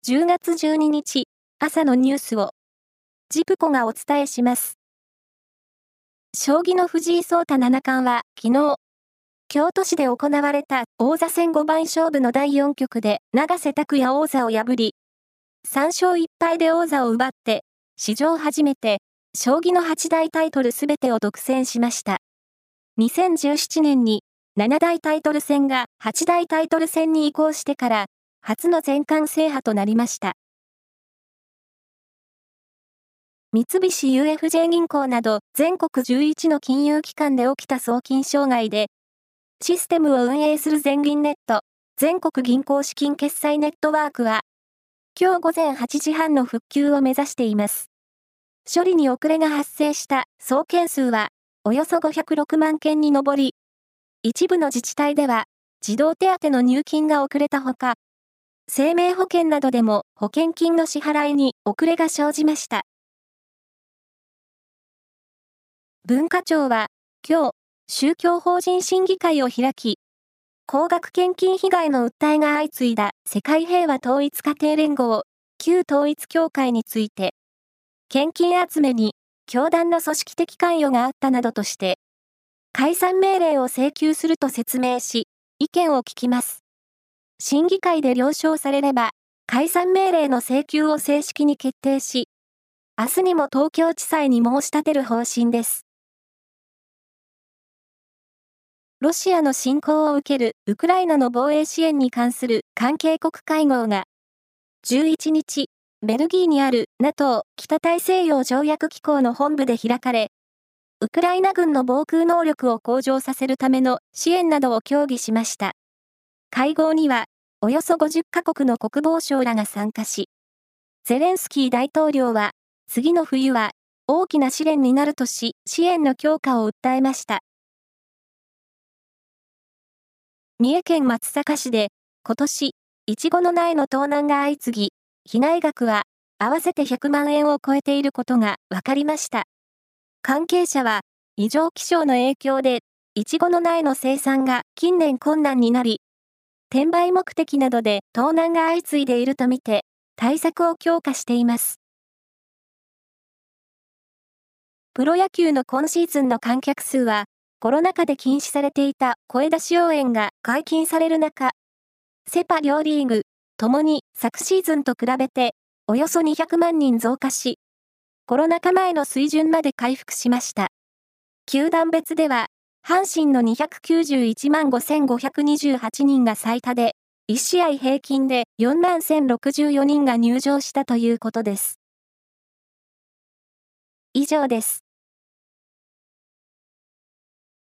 10月12日、朝のニュースを、ジプコがお伝えします。将棋の藤井聡太七冠は、昨日、京都市で行われた王座戦五番勝負の第4局で永瀬拓矢王座を破り、3勝1敗で王座を奪って、史上初めて、将棋の8大タイトルすべてを独占しました。2017年に、7大タイトル戦が8大タイトル戦に移行してから、初の全冠制覇となりました。三菱 UFJ 銀行など全国11の金融機関で起きた送金障害で、システムを運営する全銀ネット、全国銀行資金決済ネットワークは、今日午前8時半の復旧を目指しています。処理に遅れが発生した送件数は、およそ506万件に上り、一部の自治体では、児童手当の入金が遅れたほか、生命保険などでも保険金の支払いに遅れが生じました。文化庁は、今日、宗教法人審議会を開き、高額献金被害の訴えが相次いだ世界平和統一家庭連合、旧統一教会について、献金集めに教団の組織的関与があったなどとして、解散命令を請求すると説明し、意見を聞きます。審議会で了承されれば、解散命令の請求を正式に決定し、明日にも東京地裁に申し立てる方針です。ロシアの侵攻を受けるウクライナの防衛支援に関する関係国会合が、11日、ベルギーにある NATO 北大西洋条約機構の本部で開かれ、ウクライナ軍の防空能力を向上させるための支援などを協議しました。会合には、およそ50カ国の国防相らが参加し、ゼレンスキー大統領は、次の冬は大きな試練になるとし、支援の強化を訴えました。三重県松阪市で、今年、イチゴの苗の盗難が相次ぎ、被害額は合わせて100万円を超えていることが分かりました。関係者は、異常気象の影響で、イチゴの苗の生産が近年困難になり、転売目的などで盗難が相次いでいるとみて、対策を強化しています。プロ野球の今シーズンの観客数は、コロナ禍で禁止されていた声出し応援が解禁される中、セ・パ両リーグともに昨シーズンと比べて、およそ200万人増加し、コロナ禍前の水準まで回復しました。球団別では、阪神の291万5528人が最多で、1試合平均で4万1064人が入場したということです。以上です。